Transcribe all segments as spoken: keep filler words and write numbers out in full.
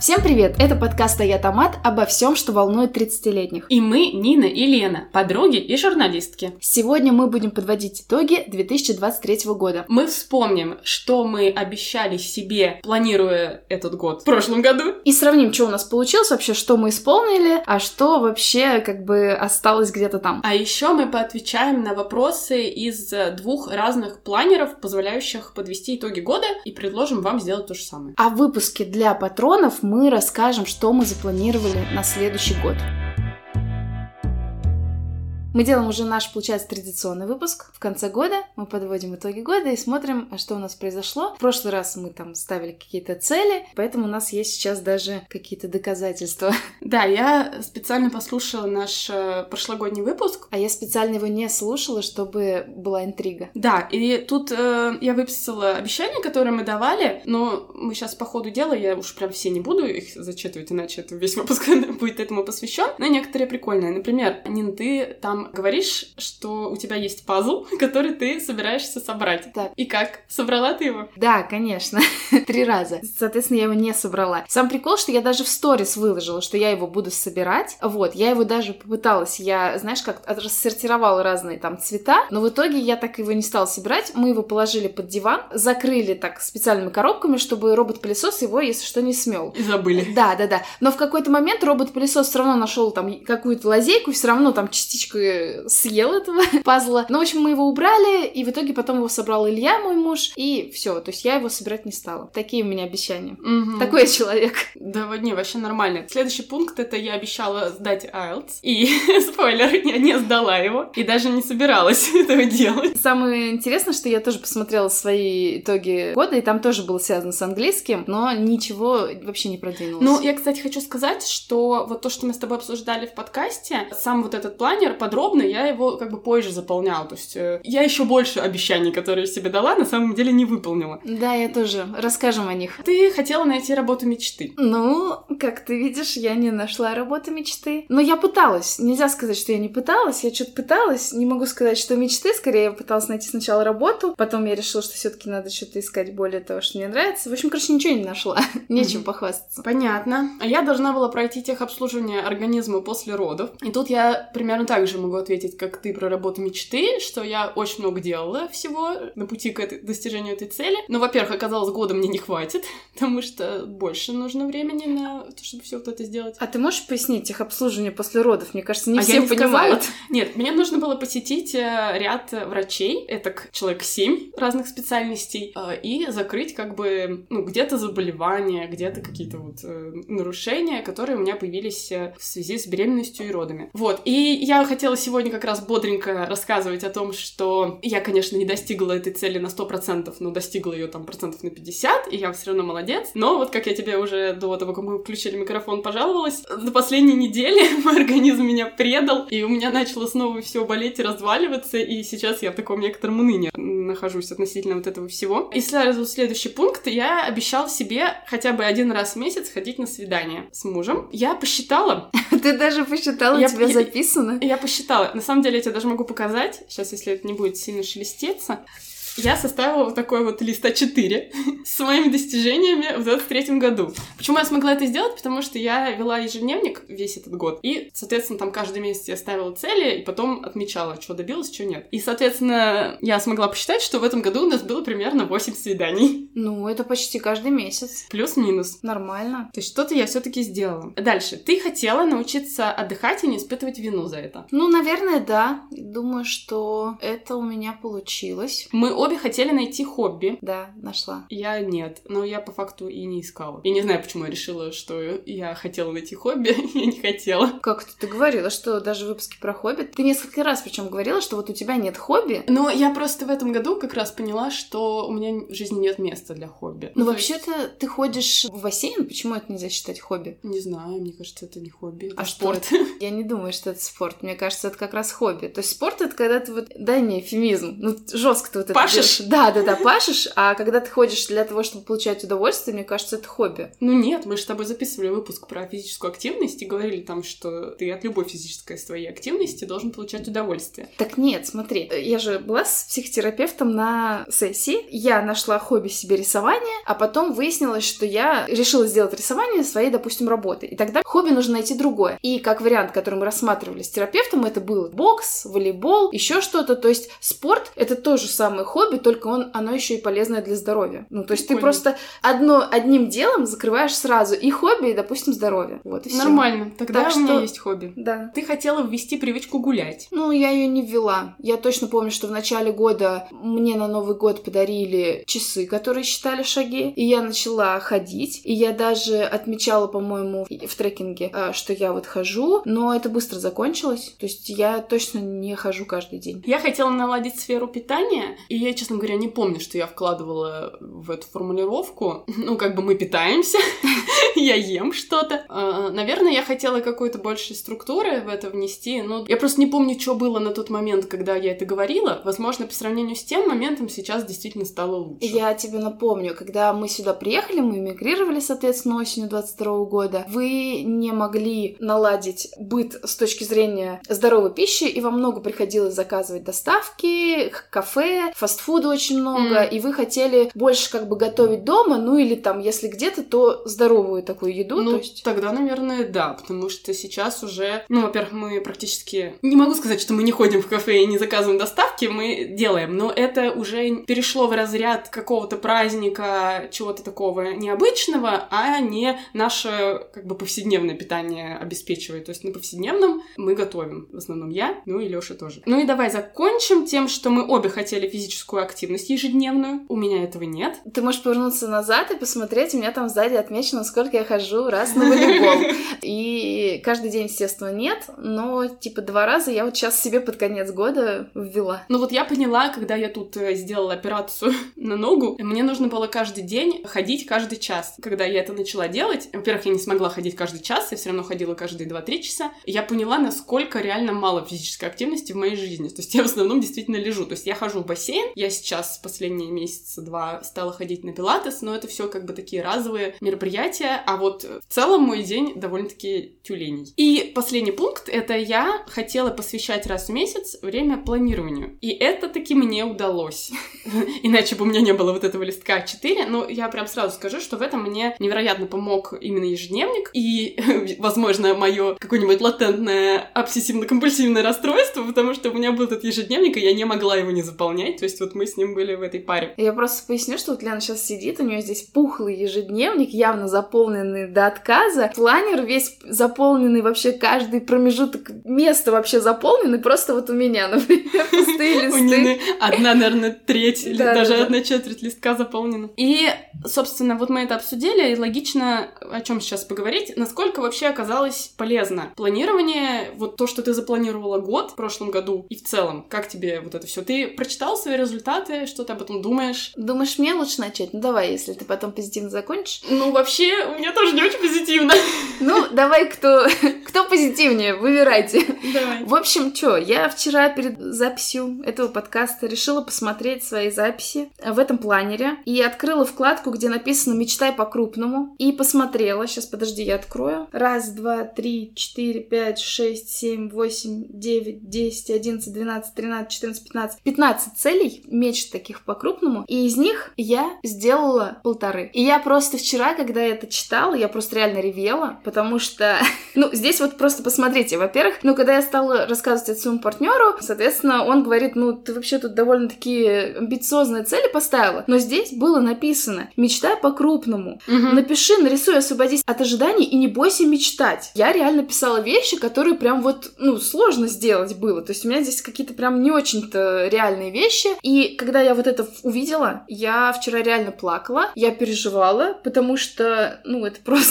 Всем привет! Это подкаст «А я Томат» обо всем, что волнует тридцатилетних. И мы, Нина и Лена, подруги и журналистки. Сегодня мы будем подводить итоги две тысячи двадцать третьего года. Мы вспомним, что мы обещали себе, планируя этот год в прошлом году. И сравним, что у нас получилось вообще, что мы исполнили, а что вообще как бы осталось где-то там. А еще мы поотвечаем на вопросы из двух разных планеров, позволяющих подвести итоги года, и предложим вам сделать то же самое. А в выпуске для патронов мы расскажем, что мы запланировали на следующий год. Мы делаем уже наш, получается, традиционный выпуск. В конце года мы подводим итоги года и смотрим, а что у нас произошло. В прошлый раз мы там ставили какие-то цели, поэтому у нас есть сейчас даже какие-то доказательства. Да, я специально послушала наш э, прошлогодний выпуск. А я специально его не слушала, чтобы была интрига. Да, и тут э, я выписала обещания, которые мы давали, но мы сейчас по ходу дела, я уж прям все не буду их зачитывать, иначе это весь выпуск будет этому посвящен. Но некоторые прикольные. Например, Нин, ты там говоришь, что у тебя есть пазл, который ты собираешься собрать. Так. И как? Собрала ты его? Да, конечно. Три раза. Соответственно, я его не собрала. Сам прикол, что я даже в сторис выложила, что я его буду собирать. Вот, я его даже попыталась. Я, знаешь, как рассортировала разные там цвета, но в итоге я так его не стала собирать. Мы его положили под диван, закрыли так специальными коробками, чтобы робот-пылесос его, если что, не смел. И забыли. Да, да, да. Но в какой-то момент робот-пылесос все равно нашел там какую-то лазейку, все равно там частичку съел этого пазла. Ну, в общем, мы его убрали, и в итоге потом его собрал Илья, мой муж, и все. То есть я его собирать не стала. Такие у меня обещания. Угу. Такой я человек. Да, вот не, вообще нормально. Следующий пункт — это я обещала сдать айлтс. И, спойлер, я не сдала его. И даже не собиралась этого делать. Самое интересное, что я тоже посмотрела свои итоги года, и там тоже было связано с английским, но ничего вообще не продвинулось. Ну, я, кстати, хочу сказать, что вот то, что мы с тобой обсуждали в подкасте, сам вот этот планер подробно, я его как бы позже заполняла. То есть э, я еще больше обещаний, которые себе дала, на самом деле не выполнила. Да, я тоже. Расскажем о них. Ты хотела найти работу мечты. Ну, как ты видишь, я не нашла работу мечты. Но я пыталась. Нельзя сказать, что я не пыталась. Я что-то пыталась. Не могу сказать, что мечты. Скорее, я пыталась найти сначала работу. Потом я решила, что все-таки надо что-то искать более того, что мне нравится. В общем, короче, ничего не нашла. Нечем mm-hmm. похвастаться. Понятно. А я должна была пройти техобслуживание организма после родов. И тут я примерно так же могу ответить, как ты, про работу мечты, что я очень много делала всего на пути к этой, достижению этой цели. Но, во-первых, оказалось, года мне не хватит, потому что больше нужно времени на то, чтобы все вот это сделать. А ты можешь пояснить техобслуживание после родов? Мне кажется, не а все я не понимают. Сказала. Нет, мне нужно было посетить ряд врачей, это человек семь разных специальностей, и закрыть как бы, ну, где-то заболевания, где-то какие-то вот нарушения, которые у меня появились в связи с беременностью и родами. Вот, и я хотела сегодня как раз бодренько рассказывать о том, что я, конечно, не достигла этой цели на сто процентов, но достигла ее там процентов на пятьдесят, и я все равно молодец. Но вот как я тебе уже до того, как мы включили микрофон, пожаловалась, за последние недели мой организм меня предал, и у меня начало снова все болеть и разваливаться, и сейчас я в таком некотором унынии нахожусь относительно вот этого всего. И сразу следующий пункт. Я обещала себе хотя бы один раз в месяц ходить на свидание с мужем. Я посчитала... Ты даже посчитала, у тебя записано? Я посчитала. На самом деле, я тебе даже могу показать. Сейчас, если это не будет сильно шелестеться. Я составила вот такой вот лист а четыре с моими достижениями в двадцать третьем году. Почему я смогла это сделать? Потому что я вела ежедневник весь этот год. И, соответственно, там каждый месяц я ставила цели, и потом отмечала, что добилась, что нет. И, соответственно, я смогла посчитать, что в этом году у нас было примерно восемь свиданий. Ну, это почти каждый месяц. Плюс-минус. Нормально. То есть что-то я все-таки сделала. Дальше. Ты хотела научиться отдыхать и не испытывать вину за это? Ну, наверное, да. Думаю, что это у меня получилось. Мы обе хотели найти хобби. Да, нашла. Я нет, но я по факту и не искала. Я не знаю, почему я решила, что я хотела найти хобби, я не хотела. Как ты говорила, что даже в выпуске про хобби... Ты несколько раз причем говорила, что вот у тебя нет хобби. Но я просто в этом году как раз поняла, что у меня в жизни нет места для хобби. Ну, вообще-то есть... ты ходишь в бассейн, почему это нельзя считать хобби? Не знаю, мне кажется, это не хобби, это а спорт. Что это? Я не думаю, что это спорт. Мне кажется, это как раз хобби. То есть спорт — это когда ты вот... Дай мне эвфемизм. Ну, жестко ты вот это пашешь. Да, да, да, пашешь, а когда ты ходишь для того, чтобы получать удовольствие, мне кажется, это хобби. Ну нет, мы же с тобой записывали выпуск про физическую активность и говорили там, что ты от любой физической своей активности должен получать удовольствие. Так нет, смотри, я же была с психотерапевтом на сессии, я нашла хобби себе рисование, а потом выяснилось, что я решила сделать рисование своей, допустим, работой. И тогда хобби нужно найти другое. И как вариант, который мы рассматривали с терапевтом, это был бокс, волейбол, еще что-то. То есть спорт — это то же самое хобби, только он, оно еще и полезное для здоровья. Ну, то есть Прикольно. Ты просто одно, одним делом закрываешь сразу и хобби, и, допустим, здоровье. Вот, и всё. Нормально. Тогда так у меня что... есть хобби. Да. Ты хотела ввести привычку гулять. Ну, я ее не ввела. Я точно помню, что в начале года мне на Новый год подарили часы, которые считали шаги, и я начала ходить, и я даже отмечала, по-моему, в трекинге, что я вот хожу, но это быстро закончилось, то есть я точно не хожу каждый день. Я хотела наладить сферу питания, и я, честно говоря, не помню, что я вкладывала в эту формулировку. Ну, как бы мы питаемся, я ем что-то. Наверное, я хотела какой-то большей структуры в это внести, но я просто не помню, что было на тот момент, когда я это говорила. Возможно, по сравнению с тем моментом сейчас действительно стало лучше. Я тебе напомню, когда мы сюда приехали, мы эмигрировали, соответственно, осенью двадцать второго года, вы не могли наладить быт с точки зрения здоровой пищи, и вам много приходилось заказывать доставки, кафе, фастфуда очень много, mm. и вы хотели больше как бы готовить дома, ну или там, если где-то, то здоровую такую еду. Ну, то есть... тогда, наверное, да, потому что сейчас уже, ну, во-первых, мы практически... Не могу сказать, что мы не ходим в кафе и не заказываем доставки, мы делаем, но это уже перешло в разряд какого-то праздника, чего-то такого необычного, а не наше, как бы, повседневное питание обеспечивает. То есть на повседневном мы готовим. В основном я, ну и Лёша тоже. Ну и давай закончим тем, что мы обе хотели физическую активность ежедневную. У меня этого нет. Ты можешь повернуться назад и посмотреть, у меня там сзади отмечено, сколько я хожу раз на волейбол. И каждый день, естественно, нет, но типа два раза я вот сейчас себе под конец года ввела. Ну вот я поняла, когда я тут сделала операцию на ногу, мне нужно было каждый день ходить каждый час. Когда я это начала делать, во-первых, я не смогла ходить каждый час, я все равно ходила каждые два-три часа, и я поняла, насколько реально мало физической активности в моей жизни. То есть я в основном действительно лежу. То есть я хожу в бассейн, я сейчас последние месяца два стала ходить на пилатес, но это все как бы такие разовые мероприятия, а вот в целом мой день довольно-таки тюленей. И последний пункт — это я хотела посвящать раз в месяц время планированию. И это таки мне удалось. Иначе бы у меня не было вот этого листка а четыре, но я прям сразу скажу, что в этом мне невероятно помог именно ежедневник, и, возможно, мое какое-нибудь латентное обсессивно-компульсивное расстройство, потому что у меня был этот ежедневник, и я не могла его не заполнять, то есть вот мы с ним были в этой паре. Я просто поясню, что вот Лена сейчас сидит, у нее здесь пухлый ежедневник, явно заполненный до отказа, планер весь заполненный, вообще каждый промежуток места вообще заполненный, просто вот у меня, например, пустые листы. У Нины одна, наверное, треть или даже одна четверть листка заполнена. И, собственно, вот мы это обсудили, и логично о чем сейчас поговорить, насколько вообще оказалось полезно планирование, вот то, что ты запланировала год в прошлом году, и в целом, как тебе вот это все? Ты прочитала свои результаты, что ты об этом думаешь? Думаешь, мне лучше начать? Ну давай, если ты потом позитивно закончишь. Ну, вообще, у меня тоже не очень позитивно. Ну, давай, кто, кто позитивнее, выбирайте. Давай. В общем, что, я вчера перед записью этого подкаста решила посмотреть свои записи в этом планере и открыла вкладку, где написано «Мечтай по-крупному», и посмотрела. Сейчас, подожди, я открою. Раз, два, три, четыре, пять, шесть, семь, восемь, девять, десять, одиннадцать, двенадцать, тринадцать, четырнадцать, пятнадцать. пятнадцать целей, мечт таких по-крупному, и из них я сделала полторы. И я просто вчера, когда я это читала, я просто реально ревела, потому что, ну, здесь вот просто посмотрите, во-первых, ну, когда я стала рассказывать это своему партнеру, соответственно, он говорит, ну, ты вообще тут довольно-таки амбициозные цели поставила, но здесь было написано «Мечтай по-крупному». Угу. Напиши, нарисуй, освободись от ожиданий и не бойся мечтать. Я реально писала вещи, которые прям вот, ну, сложно сделать было. То есть у меня здесь какие-то прям не очень-то реальные вещи. И когда я вот это увидела, я вчера реально плакала, я переживала, потому что, ну, это просто...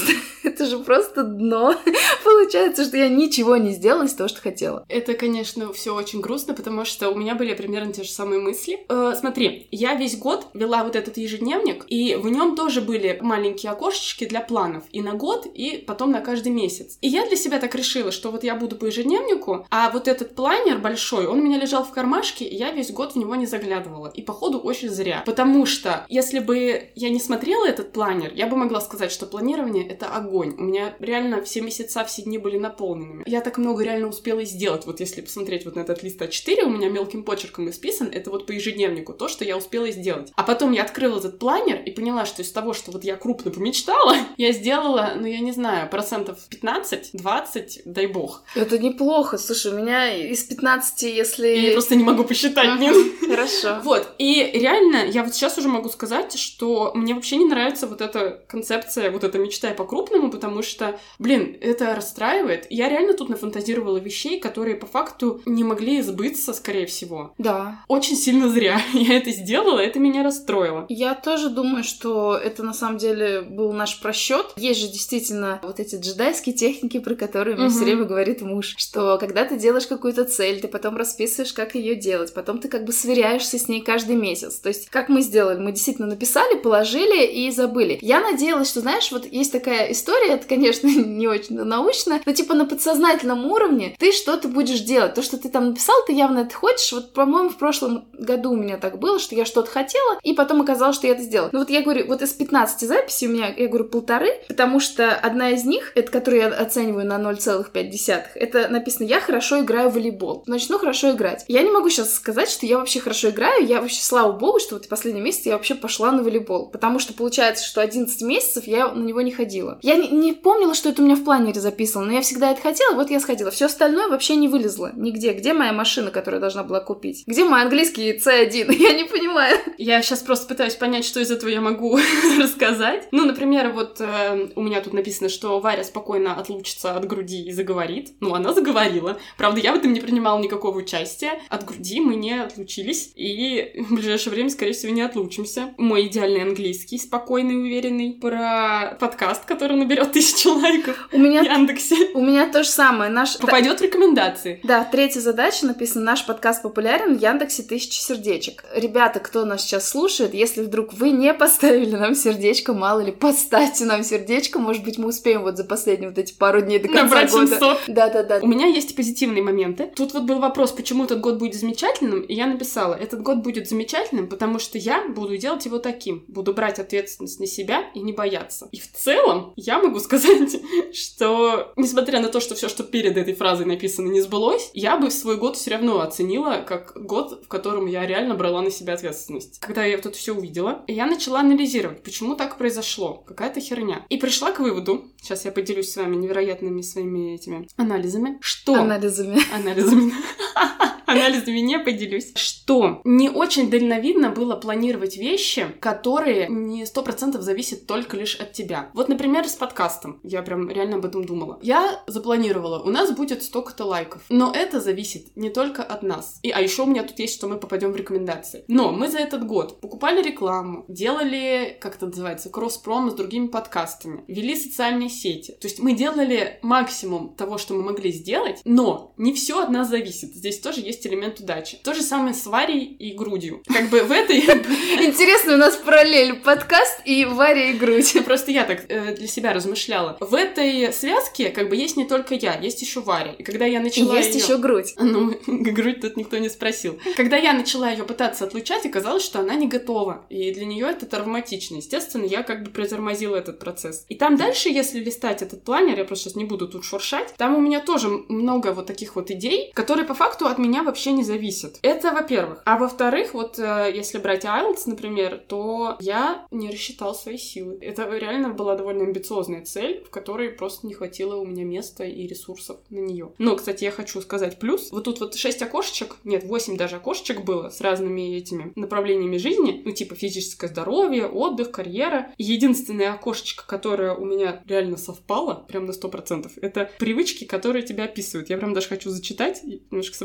Это же просто дно. Получается, что я ничего не сделала из того, что хотела. Это, конечно, все очень грустно, потому что у меня были примерно те же самые мысли. Э, смотри, я весь год вела вот этот ежедневник, и в нем тоже были маленькие окошечки для планов и на год, и потом на каждый месяц. И я для себя так решила, что вот я буду по ежедневнику, а вот этот планер большой, он у меня лежал в кармашке, и я весь год в него не заглядывала. И, походу, очень зря. Потому что, если бы я не смотрела этот планер, я бы могла сказать, что планирование — это огонь. У меня реально все месяца, все дни были наполненными. Я так много реально успела сделать. Вот если посмотреть вот на этот лист а четыре, у меня мелким почерком исписан, это вот по ежедневнику то, что я успела сделать. А потом я открыла этот планер и поняла, что из того, что вот я крупно помечтала, я сделала, ну, я не знаю, процентов пятнадцать-двадцать, дай бог. Это неплохо. Слушай, у меня из пятнадцати, если... Я просто не могу посчитать, нет? Хорошо. Вот, и реально, я вот сейчас уже могу сказать, что мне вообще не нравится вот эта концепция, вот эта мечта по-крупному, потому что, блин, это расстраивает. Я реально тут нафантазировала вещей, которые по факту не могли сбыться, скорее всего. Да. Очень сильно зря я это сделала, это меня расстроило. Я тоже думаю, что это на самом деле был наш просчет. Есть же действительно вот эти джедайские техники, про которые мне угу. все время говорит муж, что когда ты делаешь какую-то цель, ты потом расписываешь, как ее делать, потом ты как бы сверяешься с ней каждый месяц. То есть, как мы сделали? Мы действительно написали, положили и забыли. Я надеялась, что, знаешь, вот есть такая история, это, конечно, не очень научно, но типа на подсознательном уровне ты что-то будешь делать. То, что ты там написал, ты явно это хочешь. Вот, по-моему, в прошлом году у меня так было, что я что-то хотела, и потом оказалось, что я это сделала. Ну вот я говорю, вот из пятнадцати записей у меня, я говорю, полторы, потому что одна из них, это которую я оцениваю на ноль целых пять десятых, это написано «Я хорошо играю в волейбол». Начну хорошо играть. Я не могу сейчас сказать, что я вообще хорошо играю, я вообще, слава богу, что вот последний месяц я вообще пошла на волейбол, потому что получается, что одиннадцать месяцев я на него не ходила. Я не, не помнила, что это у меня в планере записано, но я всегда это хотела, вот я сходила. Все остальное вообще не вылезло нигде. Где моя машина, которую я должна была купить? Где мой английский си один? Я не понимаю. Я сейчас просто пытаюсь понять, что из этого я могу рассказать. Ну, например, вот э, у меня тут написано, что Варя спокойно отлучится от груди и заговорит. Ну, она заговорила. Правда, я в этом не принимала никакого участия. От груди мы не отлучились. И в ближайшее время, скорее всего, не отлучимся. Мой идеальный английский, спокойный, уверенный. Про подкаст, который наберет тысячу лайков у меня, в Яндексе. У меня то же самое. Наш... Попадет в рекомендации. Да, третья задача написана: наш подкаст популярен в Яндексе тысяча сердечек. Ребята, кто нас сейчас слушает, если вдруг вы не поставили нам сердечко, мало ли, поставьте нам сердечко, может быть, мы успеем вот за последние вот эти пару дней до конца набрать года. семьсот. Да-да-да. У меня есть и позитивные моменты. Тут вот был вопрос, почему этот год будет замечательным, и я написала, этот год будет замечательным, потому что я буду делать его таким. Буду брать ответственность на себя и не бояться. И в целом я могу сказать, что, несмотря на то, что все, что перед этой фразой написано, не сбылось, я бы свой год все равно оценила как год, в котором я реально брала на себя ответственность. Когда я вот это все увидела, я начала анализировать, почему так произошло, какая-то херня. И пришла к выводу, сейчас я поделюсь с вами невероятными своими этими анализами, что... Анализами. Анализами. Анализами не поделюсь. Что не очень дальновидно было планировать вещи, которые не сто процентов зависят только лишь от тебя. Вот, например, с подкастом. Я прям реально об этом думала. Я запланировала, у нас будет столько-то лайков. Но это зависит не только от нас. И, а еще у меня тут есть, что мы попадем в рекомендации. Но мы за этот год покупали рекламу, делали, как это называется, кросс-промо с другими подкастами, вели социальные сети. То есть мы делали максимум того, что мы могли сделать, но не все от нас зависит. Здесь тоже есть элемент удачи. То же самое с Варей и грудью. Как бы в этой... Интересно, у нас параллель подкаст и Варя и грудь. Просто я так э, для себя размышляла. В этой связке как бы есть не только я, есть еще Варя. И когда я начала Есть её... еще грудь. Ну, грудь тут никто не спросил. Когда я начала ее пытаться отлучать, оказалось, что она не готова. И для нее это травматично. Естественно, я как бы притормозила этот процесс. И там дальше, если листать этот планер, я просто сейчас не буду тут шуршать, там у меня тоже много вот таких вот идей, которые по факту от меня вообще не зависят. Это, во-первых. А во-вторых, вот э, если брать айлтс, например, то я не рассчитала свои силы. Это реально была довольно амбициозная цель, в которой просто не хватило у меня места и ресурсов на нее. Но, кстати, я хочу сказать плюс. Вот тут вот шесть окошечек, нет, восемь даже окошечек было с разными этими направлениями жизни, ну, типа физическое здоровье, отдых, карьера. И единственное окошечко, которое у меня реально совпало, прям на сто процентов, это привычки, которые тебя описывают. Я прям даже хочу зачитать и немножко собой погордиться.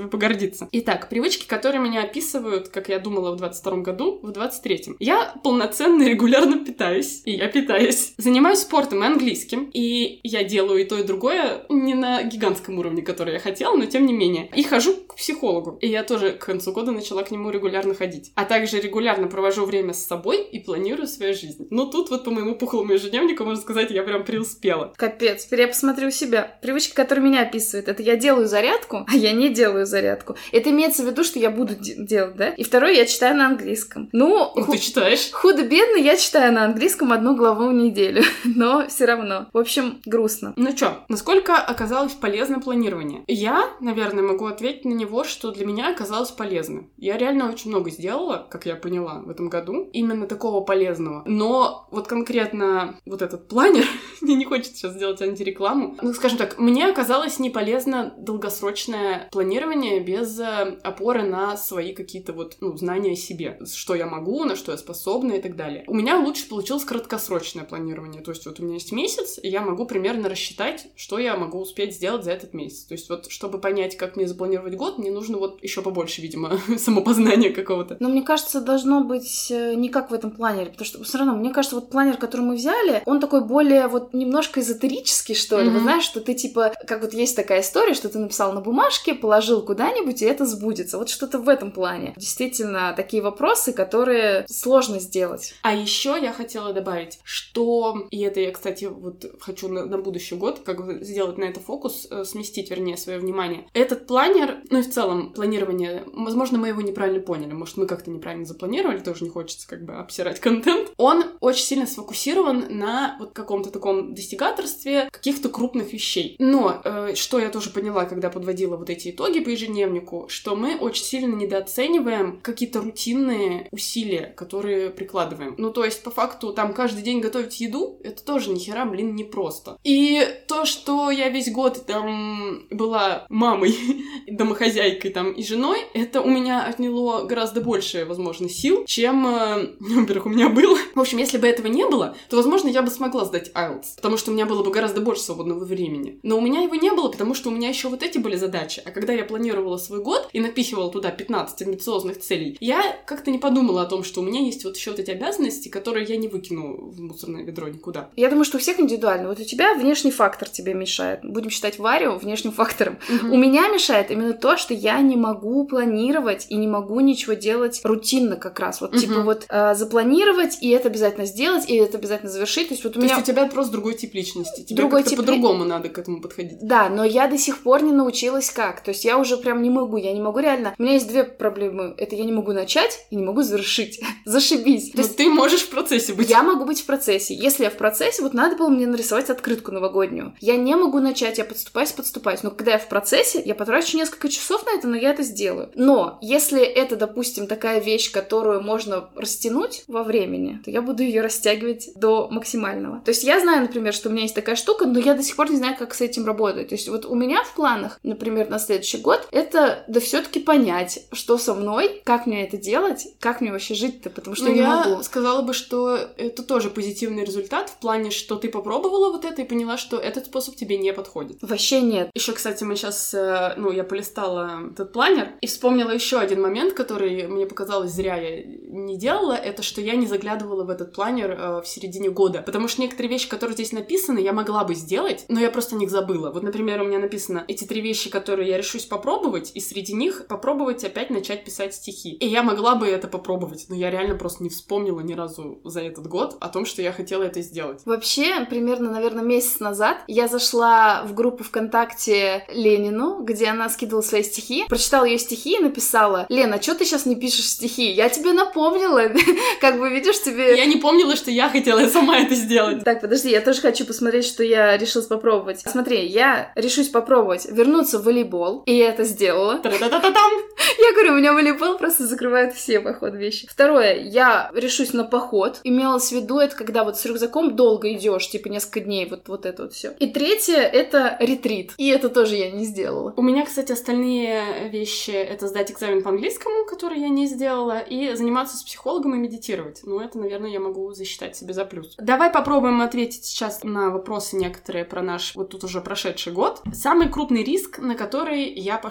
пригодится. Итак, привычки, которые меня описывают, как я думала в двадцать втором году, в двадцать третьем. Я полноценно и регулярно питаюсь, и я питаюсь. Занимаюсь спортом и английским, и я делаю и то, и другое не на гигантском уровне, который я хотела, но тем не менее. И хожу к психологу. И я тоже к концу года начала к нему регулярно ходить. А также регулярно провожу время с собой и планирую свою жизнь. Но тут вот по моему пухлому ежедневнику, можно сказать, я прям преуспела. Капец, теперь я посмотрю у себя. Привычки, которые меня описывают, это я делаю зарядку, а я не делаю зарядку. Это имеется в виду, что я буду де- делать, да? И второе, я читаю на английском. Ну, Ну, ху- ты читаешь? худо-бедно я читаю на английском одну главу в неделю, но все равно. В общем, грустно. Ну чё, насколько оказалось полезно планирование? Я, наверное, могу ответить на него, что для меня оказалось полезным. Я реально очень много сделала, как я поняла, в этом году, именно такого полезного. Но вот конкретно вот этот планер, мне не хочется сейчас сделать антирекламу, ну, скажем так, мне оказалось не полезно долгосрочное планирование без э, опоры на свои какие-то вот, ну, знания о себе. Что я могу, на что я способна и так далее. У меня лучше получилось краткосрочное планирование. То есть вот у меня есть месяц, и я могу примерно рассчитать, что я могу успеть сделать за этот месяц. То есть вот, чтобы понять, как мне запланировать год, мне нужно вот еще побольше, видимо, самопознания какого-то. Но мне кажется, должно быть э, не как в этом планере, потому что все равно, мне кажется, вот планер, который мы взяли, он такой более вот немножко эзотерический, что ли. Mm-hmm. Вы знаешь, что ты типа, как вот есть такая история, что ты написал на бумажке, положил куда-нибудь, и это сбудется. Вот что-то в этом плане. Действительно, такие вопросы, которые сложно сделать. А еще я хотела добавить, что, и это я, кстати, вот хочу на, на будущий год, как бы сделать на это фокус, э, сместить, вернее, свое внимание. Этот планер, ну и в целом планирование, возможно, мы его неправильно поняли, может, мы как-то неправильно запланировали, тоже не хочется как бы обсирать контент. Он очень сильно сфокусирован на вот каком-то таком достигаторстве каких-то крупных вещей. Но, э, что я тоже поняла, когда подводила вот эти итоги по ежедневнику, что мы очень сильно недооцениваем какие-то рутинные усилия, которые прикладываем. Ну, то есть, по факту, там каждый день готовить еду, это тоже нихера, блин, непросто. И то, что я весь год там была мамой, домохозяйкой там и женой, это у меня отняло гораздо больше, возможно, сил, чем, э, во-первых, у меня было. В общем, если бы этого не было, то, возможно, я бы смогла сдать айлтс, потому что у меня было бы гораздо больше свободного времени. Но у меня его не было, потому что у меня еще вот эти были задачи. А когда я планировала свой год и напихивала туда пятнадцать амбициозных целей, я как-то не подумала о том, что у меня есть вот еще вот эти обязанности, которые я не выкину в мусорное ведро никуда. Я думаю, что у всех индивидуально. Вот у тебя внешний фактор тебе мешает. Будем считать Варю внешним фактором. Угу. У меня мешает именно то, что я не могу планировать и не могу ничего делать рутинно как раз. Вот, угу. типа вот э, запланировать, и это обязательно сделать, и это обязательно завершить. То есть вот у то меня... есть у тебя просто другой тип личности. Тебе другой как-то тип по-другому ли... надо к этому подходить. Да, но я до сих пор не научилась как. То есть я уже прям не могу. Я не могу реально... У меня есть две проблемы. Это я не могу начать и не могу завершить. Зашибись. Но есть... ты можешь в процессе быть. Я могу быть в процессе. Если я в процессе, вот надо было мне нарисовать открытку новогоднюю. Я не могу начать, я подступаюсь, подступаюсь. Но когда я в процессе, я потрачу несколько часов на это, но я это сделаю. Но если это, допустим, такая вещь, которую можно растянуть во времени, то я буду ее растягивать до максимального. То есть я знаю, например, что у меня есть такая штука, но я до сих пор не знаю, как с этим работать. То есть вот у меня в планах, например, на следующий год, это да все-таки понять, что со мной, как мне это делать, как мне вообще жить-то, потому что ну, я не я могу. сказала бы, что это тоже позитивный результат в плане, что ты попробовала вот это и поняла, что этот способ тебе не подходит. Вообще нет. Еще, кстати, мы сейчас, ну, я полистала этот планер и вспомнила еще один момент, который мне показалось зря я не делала, это что я не заглядывала в этот планер э, в середине года, потому что некоторые вещи, которые здесь написаны, я могла бы сделать, но я просто о них забыла. Вот, например, у меня написано эти три вещи, которые я решусь попробовать, и среди них попробовать опять начать писать стихи. И я могла бы это попробовать, но я реально просто не вспомнила ни разу за этот год о том, что я хотела это сделать. Вообще, примерно, наверное, месяц назад я зашла в группу ВКонтакте Ленину, где она скидывала свои стихи, прочитала ее стихи и написала: «Лена, а чё ты сейчас не пишешь стихи? Я тебе напомнила». Как бы, видишь, тебе... Я не помнила, что я хотела сама это сделать. Так, подожди, я тоже хочу посмотреть, что я решилась попробовать. Смотри, я решусь попробовать вернуться в волейбол, и я это сделала. Та-та-та-та-там! Я говорю, у меня волейбол просто закрывает все, походу, вещи. Второе, я решусь на поход. Имелось в виду, это когда вот с рюкзаком долго идешь, типа несколько дней, вот, вот это вот все. И третье, это ретрит. И это тоже я не сделала. У меня, кстати, остальные вещи — это сдать экзамен по английскому, который я не сделала, и заниматься с психологом и медитировать. Ну, это, наверное, я могу засчитать себе за плюс. Давай попробуем ответить сейчас на вопросы некоторые про наш вот тут уже прошедший год. Самый крупный риск, на который я пошел в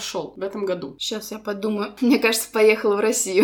этом году? Сейчас я подумаю. Мне кажется, поехала в Россию.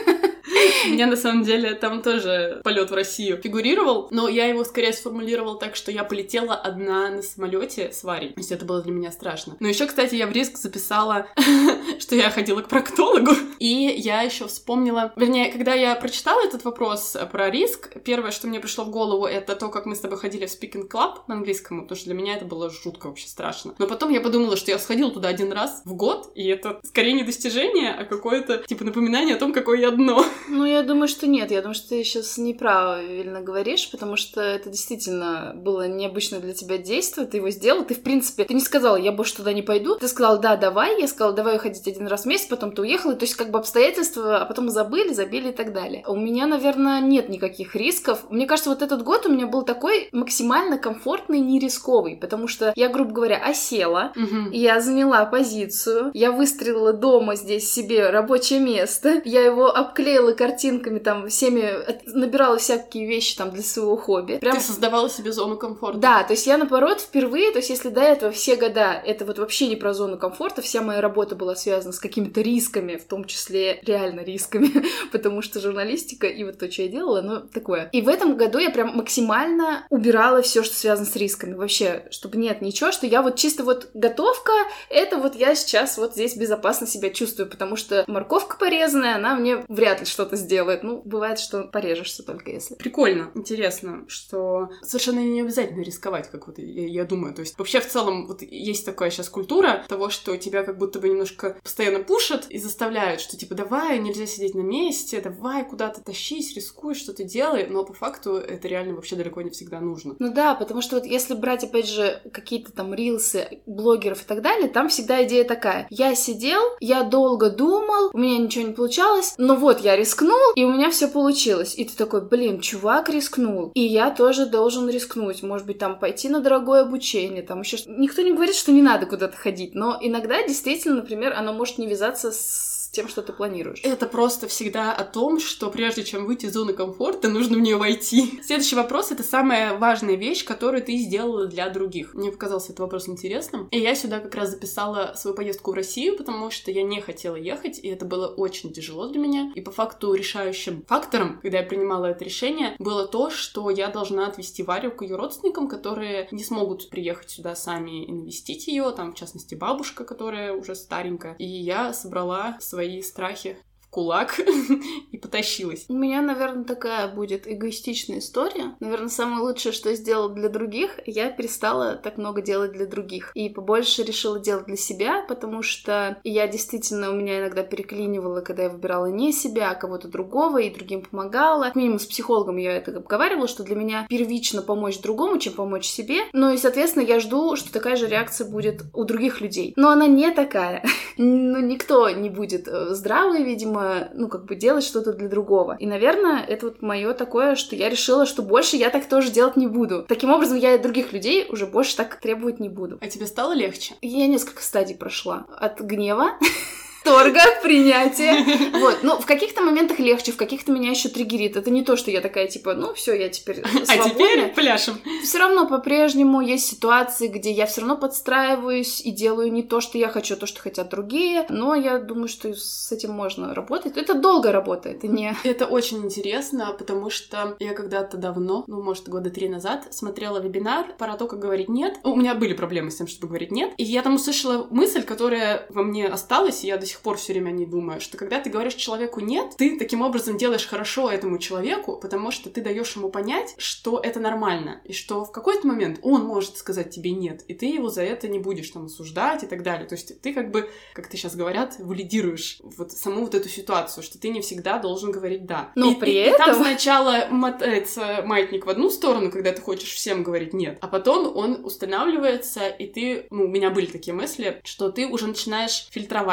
У меня, на самом деле, там тоже полет в Россию фигурировал, но я его скорее сформулировал так, что я полетела одна на самолете с Варей. То есть это было для меня страшно. Но еще, кстати, я в риск записала, что я ходила к проктологу. И я еще вспомнила... Вернее, когда я прочитала этот вопрос про риск, первое, что мне пришло в голову, это то, как мы с тобой ходили в Speaking Club на английском, потому что для меня это было жутко вообще страшно. Но потом я подумала, что я сходила туда один раз в год, и это скорее не достижение, а какое-то, типа, напоминание о том, какое я дно. Ну, я думаю, что нет. Я думаю, что ты сейчас неправильно говоришь, потому что это действительно было необычное для тебя действие. Ты его сделал. Ты, в принципе, ты не сказала, я больше туда не пойду. Ты сказала, да, давай. Я сказала, давай ходить один раз в месяц, потом ты уехала. То есть, как бы обстоятельства, а потом забыли, забили и так далее. У меня, наверное, нет никаких рисков. Мне кажется, вот этот год у меня был такой максимально комфортный, не рисковый, потому что я, грубо говоря, осела, угу. я заняла позицию, я выстрелила дома здесь себе рабочее место, я его обклеила картинками, там, всеми, набирала всякие вещи там для своего хобби. Прям... Ты создавала себе зону комфорта. Да, то есть я, наоборот, впервые, то есть если до этого все года это вот вообще не про зону комфорта, вся моя работа была связана с какими-то рисками, в том числе реально рисками, потому что журналистика и вот то, что я делала, ну, такое. И в этом году я прям максимально убирала все, что связано с рисками. Вообще, чтобы нет ничего, что я вот чисто вот готовка, это вот я сейчас вот здесь безопасно себя чувствую, потому что морковка порезанная, она мне вряд ли что-то сделает. Ну, бывает, что порежешься только если. Прикольно, интересно, что совершенно не обязательно рисковать, как вот я, я думаю. То есть вообще в целом вот есть такая сейчас культура того, что тебя как будто бы немножко постоянно пушат и заставляют, что типа давай, нельзя сидеть на месте, давай куда-то тащись, рискуй, что-то делай, но по факту это реально вообще далеко не всегда нужно. Ну да, потому что вот если брать, опять же, какие-то там рилсы, блогеров и так далее, там всегда идея такая. Я сидел, я долго думал, у меня ничего не получалось, но вот я рискнул, и у меня все получилось. И ты такой, блин, чувак рискнул, и я тоже должен рискнуть. Может быть, там пойти на дорогое обучение, там еще... Никто не говорит, что не надо куда-то ходить, но иногда действительно, например, оно может не вязаться с тем, что ты планируешь. Это просто всегда о том, что прежде чем выйти из зоны комфорта, нужно в нее войти. Следующий вопрос — это самая важная вещь, которую ты сделала для других. Мне показался этот вопрос интересным. И я сюда как раз записала свою поездку в Россию, потому что я не хотела ехать, и это было очень тяжело для меня. И по факту решающим фактором, когда я принимала это решение, было то, что я должна отвезти Варю к ее родственникам, которые не смогут приехать сюда сами и навестить ее, там, в частности, бабушка, которая уже старенькая. И я собрала свои свои страхи в кулак и потащилась. У меня, наверное, такая будет эгоистичная история. Наверное, самое лучшее, что я сделала для других, я перестала так много делать для других. И побольше решила делать для себя, потому что я действительно, у меня иногда переклинивала, когда я выбирала не себя, а кого-то другого, и другим помогала. Как минимум с психологом я это обговаривала, что для меня первично помочь другому, чем помочь себе. Ну и, соответственно, я жду, что такая же реакция будет у других людей. Но она не такая. Ну, никто не будет здравый, видимо, ну, как бы делать что-то для другого. И, наверное, это вот мое такое, что я решила, что больше я так тоже делать не буду. Таким образом, я и других людей уже больше так требовать не буду. А тебе стало легче? Я несколько стадий прошла. От гнева, торга, принятия. Вот. Ну, в каких-то моментах легче, в каких-то меня еще триггерит. Это не то, что я такая, типа, ну, все, я теперь свободна. А теперь пляшем. Все равно по-прежнему есть ситуации, где я все равно подстраиваюсь и делаю не то, что я хочу, а то, что хотят другие. Но я думаю, что с этим можно работать. Это долгая работа, это не... Это очень интересно, потому что я когда-то давно, ну, может, года три назад, смотрела вебинар про то, как говорить «нет». У меня были проблемы с тем, чтобы говорить «нет». И я там услышала мысль, которая во мне осталась, и я до сих пор все время о ней думаю, что когда ты говоришь человеку «нет», ты таким образом делаешь хорошо этому человеку, потому что ты даешь ему понять, что это нормально, и что в какой-то момент он может сказать тебе «нет», и ты его за это не будешь там осуждать и так далее. То есть ты как бы, как ты сейчас говорят, валидируешь вот саму вот эту ситуацию, что ты не всегда должен говорить «да». Но и, при и, этом... и там сначала мотается маятник в одну сторону, когда ты хочешь всем говорить «нет», а потом он устанавливается, и ты, ну, у меня были такие мысли, что ты уже начинаешь фильтровать и понимать,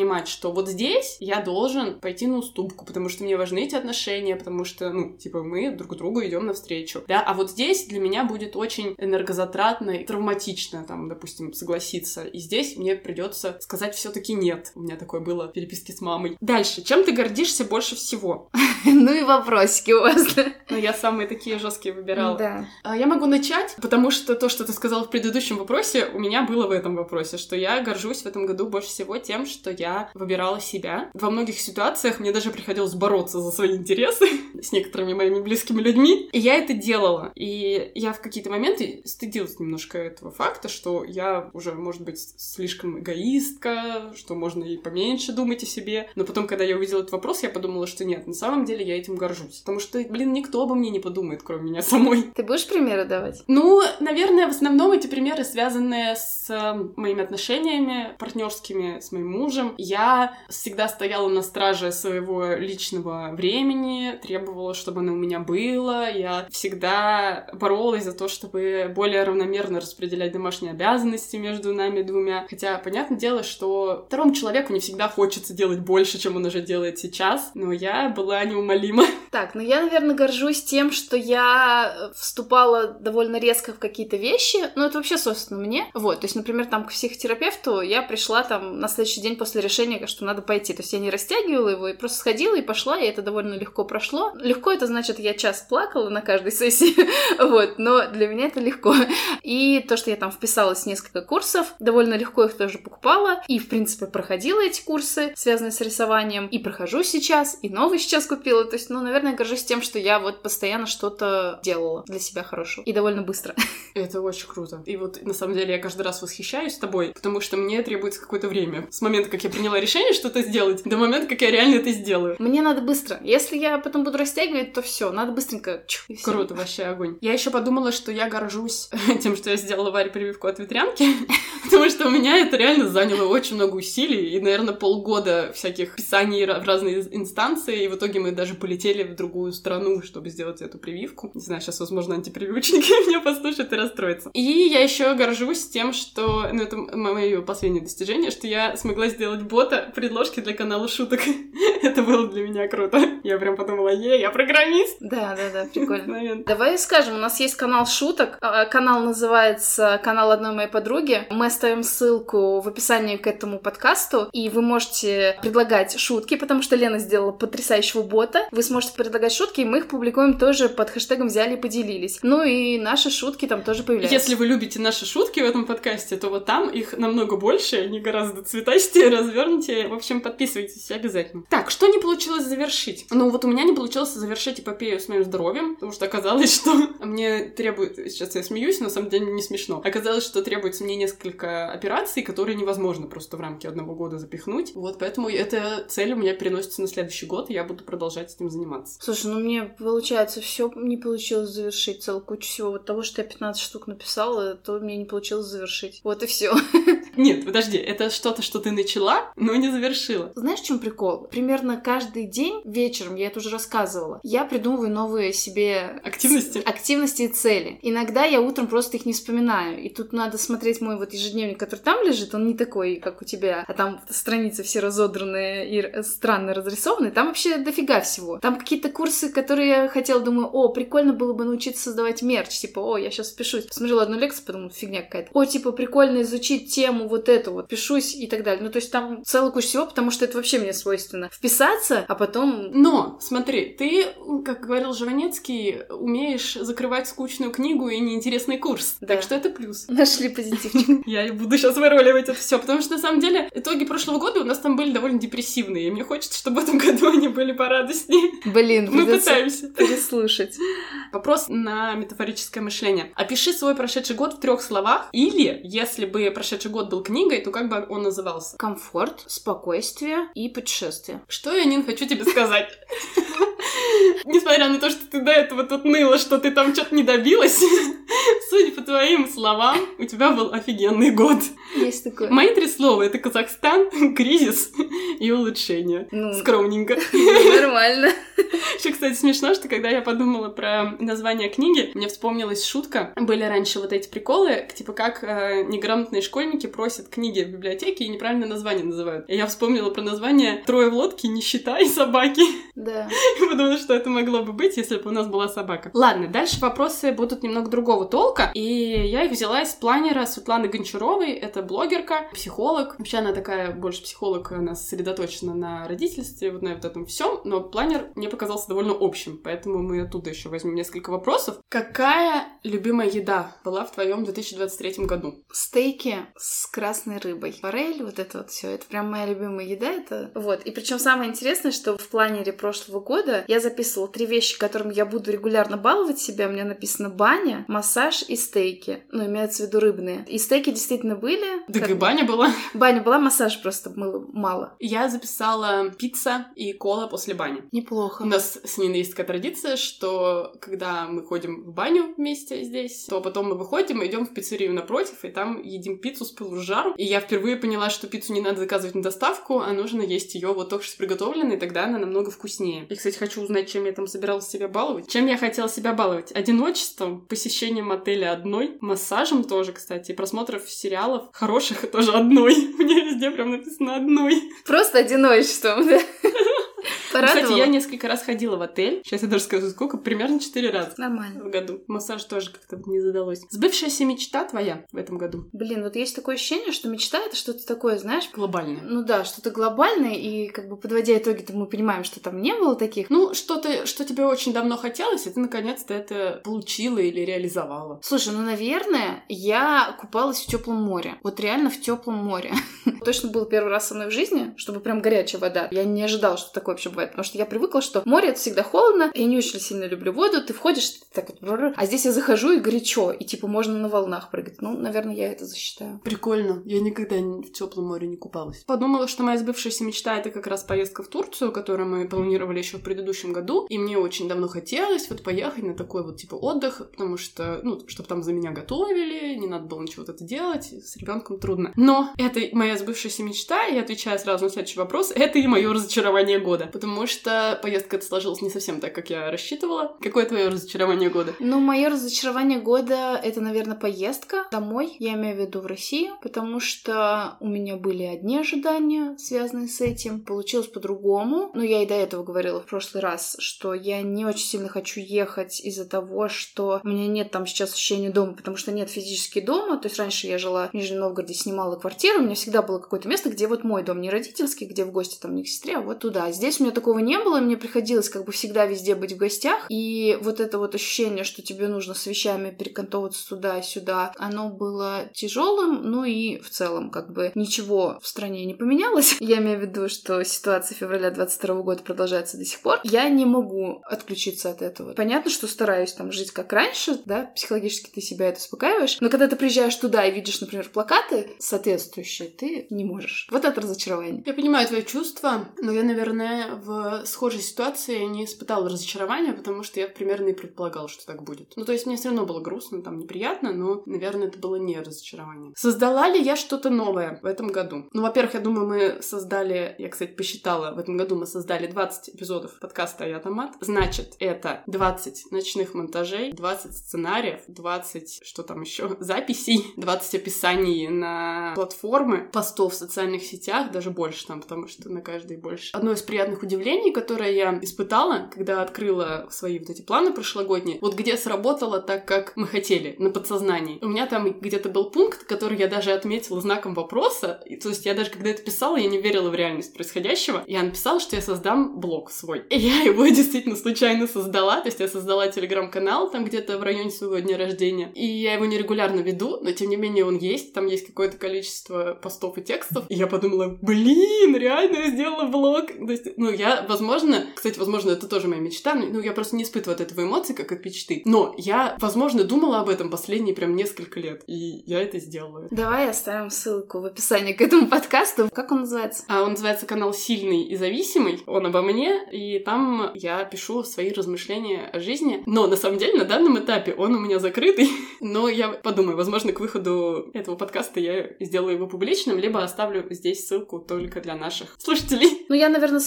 понимать, что вот здесь я должен пойти на уступку, потому что мне важны эти отношения, потому что, ну, типа, мы друг другу идем навстречу, да, а вот здесь для меня будет очень энергозатратно и травматично, там, допустим, согласиться, и здесь мне придется сказать все-таки нет. У меня такое было в переписке с мамой. Дальше. Чем ты гордишься больше всего? Ну и вопросики у вас. Ну, я самые такие жесткие выбирала. Да. Я могу начать, потому что то, что ты сказала в предыдущем вопросе, у меня было в этом вопросе, что я горжусь в этом году больше всего тем, что я выбирала себя. Во многих ситуациях мне даже приходилось бороться за свои интересы с некоторыми моими близкими людьми, и я это делала. И я в какие-то моменты стыдилась немножко этого факта, что я уже, может быть, слишком эгоистка, что можно и поменьше думать о себе. Но потом, когда я увидела этот вопрос, я подумала, что нет, на самом деле я этим горжусь. Потому что, блин, никто обо мне не подумает, кроме меня самой. Ты будешь примеры давать? Ну, наверное, в основном эти примеры связаны с моими отношениями партнерскими, с моим мужем. Я всегда стояла на страже своего личного времени, требовала, чтобы оно у меня было. Я всегда боролась за то, чтобы более равномерно распределять домашние обязанности между нами двумя. Хотя, понятное дело, что второму человеку не всегда хочется делать больше, чем он уже делает сейчас, но я была неумолима. Так, ну я, наверное, горжусь тем, что я вступала довольно резко в какие-то вещи, ну это вообще, собственно, мне. Вот, то есть, например, там к психотерапевту я пришла там на следующий день после решения, что надо пойти. То есть я не растягивала его, и просто сходила и пошла, и это довольно легко прошло. Легко это значит, я час плакала на каждой сессии, вот, но для меня это легко. И то, что я там вписалась в несколько курсов, довольно легко их тоже покупала, и, в принципе, проходила эти курсы, связанные с рисованием, и прохожу сейчас, и новый сейчас купила. То есть, ну, наверное, горжусь тем, что я вот постоянно что-то делала для себя хорошего. И довольно быстро. Это очень круто. И вот, на самом деле, я каждый раз восхищаюсь тобой, потому что мне требуется какое-то время. С момента, как я приняла решение что-то сделать, до момента, как я реально это сделаю. Мне надо быстро. Если я потом буду растягивать, то все, надо быстренько. Чух, круто, вообще огонь. Я еще подумала, что я горжусь тем, что я сделала Варе прививку от ветрянки, потому что у меня это реально заняло очень много усилий, и, наверное, полгода всяких писаний в разные инстанции, и в итоге мы даже полетели в другую страну, чтобы сделать эту прививку. Не знаю, сейчас, возможно, антипрививочники меня послушают и расстроятся. И я еще горжусь тем, что... Ну, это мое последнее достижение, что я смогла сделать бота предложки для канала шуток. Это было для меня круто. Я прям подумала, е, я программист. Да, да, да, прикольно. Давай скажем, у нас есть канал шуток. Канал называется «Канал одной моей подруги». Мы оставим ссылку в описании к этому подкасту, и вы можете предлагать шутки, потому что Лена сделала потрясающего бота. Вы сможете предлагать шутки, и мы их публикуем тоже под хэштегом «Взяли и поделились». Ну и наши шутки там тоже появляются. Если вы любите наши шутки в этом подкасте, то вот там их намного больше, они гораздо цветастее, развернутее. В общем, подписывайтесь обязательно. Так, что не получилось завершить? Ну вот у меня не получилось завершить эпопею с моим здоровьем, потому что оказалось, что мне требует... Сейчас я смеюсь, но на самом деле не смешно. Оказалось, что требуется мне несколько операций, которые невозможно просто в рамки одного года запихнуть. Вот, поэтому эта цель у меня переносится на следующий год, и я буду продолжать этим заниматься. Слушай, ну мне, получается, все не получилось завершить, целую кучу всего. Вот того, что я пятнадцать штук написала, то мне не получилось завершить. Вот и все. Нет, подожди, это что-то, что ты начала, но не завершила. Знаешь, в чем прикол? Примерно каждый день вечером, я это уже рассказывала, я придумываю новые себе... Активности? Активности и цели. Иногда я утром просто их не вспоминаю. И тут надо смотреть мой вот ежедневник, который там лежит, он не такой, как у тебя, а там страницы все разодранные и странно разрисованные. Там вообще дофига всего. Там какие-то курсы, которые я хотела, думаю, о, прикольно было бы научиться создавать мерч. Типа, о, я сейчас впишусь. Посмотрела одну лекцию, подумала, фигня какая-то. О, типа, прикольно изучить тему вот эту вот. Пишусь и так далее. Ну, то есть там целая куча всего, потому что это вообще мне свойственно. Вписаться, а потом... Но, смотри, ты, как говорил Жванецкий, умеешь закрывать скучную книгу и неинтересный курс. Да. Так что это плюс. Нашли позитивчик. Я буду сейчас выруливать это все, потому что, на самом деле, итоги прошлого года у нас там были довольно депрессивные, и мне хочется, чтобы в этом году они были порадостнее. Блин, мы пытаемся переслушать. Вопрос на метафорическое мышление. Опиши свой прошедший год в трех словах, или, если бы прошедший год был книгой, то как бы он назывался? Комфорт, спокойствие и путешествие. Что я, Нин, хочу тебе сказать? Несмотря на то, что ты до этого тут ныла, что ты там что-то не добилась, судя по твоим словам, у тебя был офигенный год. Есть такое. Мои три слова — это Казахстан, кризис и улучшение. Ну, скромненько. Нормально. Еще, кстати, смешно, что когда я подумала про название книги, мне вспомнилась шутка. Были раньше вот эти приколы, типа как э, неграмотные школьники просят книги в библиотеке и неправильное название называют. И я вспомнила про название «Трое в лодке, нищета и собаки». Да. Потому что это могло бы быть, если бы у нас была собака. Ладно, дальше вопросы будут немного другого толка. И я их взяла из планера Светланы Гончаровой. Это блогерка, психолог. Вообще она такая больше психолог, она сосредоточена на родительстве, вот на вот этом всем. Но планер мне показался довольно общим, поэтому мы оттуда еще возьмем несколько вопросов. Какая любимая еда была в твоем две тысячи двадцать третьем году? Стейки с красной рыбой. Форель, вот это вот все. Это прям моя любимая еда. Это вот. И причем самое интересное, что в планере прошлого года я записывала три вещи, которыми я буду регулярно баловать себя. У меня написано баня, массаж и стейки. Ну, имеется в виду рыбные. И стейки действительно были. Так и баня была. Баня была, массаж просто было мало. Я записала пицца и кола после бани. Неплохо. У нас с Ниной есть такая традиция, что когда мы ходим в баню вместе здесь, то потом мы выходим и идем в пиццерию напротив, и там едим пиццу с пылу с жару. И я впервые поняла, что пиццу не надо заказывать на доставку, а нужно есть ее вот только что приготовленной, тогда она намного вкуснее. И, кстати, хочу узнать, чем я там собиралась себя баловать. Чем я хотела себя баловать? Одиночеством, посещением отеля одной, массажем тоже, кстати, и просмотров сериалов хороших тоже одной. У меня везде прям написано одной. Просто одиночеством, да? Порадовала. Кстати, я несколько раз ходила в отель. Сейчас я даже скажу, сколько. Примерно четыре раза. Нормально. В году. Массаж тоже как-то не задалось. Сбывшаяся мечта твоя в этом году? Блин, вот есть такое ощущение, что мечта — это что-то такое, знаешь... Глобальное. Ну да, что-то глобальное, и как бы подводя итоги-то мы понимаем, что там не было таких. Ну, что-то, что тебе очень давно хотелось, и ты наконец-то это получила или реализовала. Слушай, ну, наверное, я купалась в теплом море. Вот реально в теплом море. Точно был первый раз со мной в жизни, чтобы прям горячая вода. Я не ожидала, что такое вообще бывает, потому что я привыкла, что море — это всегда холодно, я не очень сильно люблю воду, ты входишь, ты так вот... А здесь я захожу, и горячо, и типа можно на волнах прыгать. Ну, наверное, я это засчитаю. Прикольно. Я никогда в теплом море не купалась. Подумала, что моя сбывшаяся мечта — это как раз поездка в Турцию, которую мы планировали еще в предыдущем году, и мне очень давно хотелось вот поехать на такой вот типа отдых, потому что, ну, чтобы там за меня готовили, не надо было ничего вот это делать, с ребенком трудно. Но это моя сбывшаяся мечта, и отвечая сразу на следующий вопрос, это и мое разочарование года, потому что поездка эта сложилась не совсем так, как я рассчитывала. Какое твое разочарование года? Ну, мое разочарование года — это, наверное, поездка домой. Я имею в виду в Россию, потому что у меня были одни ожидания, связанные с этим. Получилось по-другому. Ну, я и до этого говорила в прошлый раз, что я не очень сильно хочу ехать из-за того, что у меня нет там сейчас ощущения дома, потому что нет физически дома. То есть раньше я жила в Нижнем Новгороде, снимала квартиру, у меня всегда было какое-то место, где вот мой дом, не родительский, где в гости там не к сестре, а вот туда. Здесь у меня такого не было, мне приходилось как бы всегда везде быть в гостях, и вот это вот ощущение, что тебе нужно с вещами перекантовываться туда-сюда, оно было тяжелым, ну и в целом как бы ничего в стране не поменялось. Я имею в виду, что ситуация февраля двадцать второго года продолжается до сих пор. Я не могу отключиться от этого. Понятно, что стараюсь там жить как раньше, да, психологически ты себя это успокаиваешь, но когда ты приезжаешь туда и видишь, например, плакаты соответствующие, ты не можешь. Вот это разочарование. Я понимаю твои чувства, но я, наверное, в схожей ситуации не испытала разочарования, потому что я примерно и предполагала, что так будет. Ну, то есть мне все равно было грустно, там неприятно, но, наверное, это было не разочарование. Создала ли я что-то новое в этом году? Ну, во-первых, я думаю, мы создали, я, кстати, посчитала, в этом году мы создали двадцать эпизодов подкаста «Я Томат». Значит, это двадцать ночных монтажей, двадцать сценариев, двадцать, что там еще, записей, двадцать описаний на платформы, постов в социальных сетях, даже больше там, потому что на каждой больше. Одно из приятных удивлений, которое я испытала, когда открыла свои вот эти планы прошлогодние, вот где сработало так, как мы хотели, на подсознании. У меня там где-то был пункт, который я даже отметила знаком вопроса, и, то есть я даже когда это писала, я не верила в реальность происходящего. Я написала, что я создам блог свой. И я его действительно случайно создала, то есть я создала телеграм-канал там где-то в районе своего дня рождения, и я его нерегулярно веду, но тем не менее он есть, там есть какое-то количество постов и текстов, и я подумала, блин, реально я сделала блог. То есть, ну, я, возможно, кстати, возможно, это тоже моя мечта, ну, я просто не испытываю от этого эмоций, как от мечты, но я, возможно, думала об этом последние прям несколько лет, и я это сделала. Давай оставим ссылку в описании к этому подкасту. Как он называется? А он называется канал «Сильный и зависимый», он обо мне, и там я пишу свои размышления о жизни, но на самом деле на данном этапе он у меня закрытый, но я подумаю, возможно, к выходу этого подкаста я сделаю его публичным, либо оставлю здесь ссылку только для наших слушателей. Ну, я, наверное, создала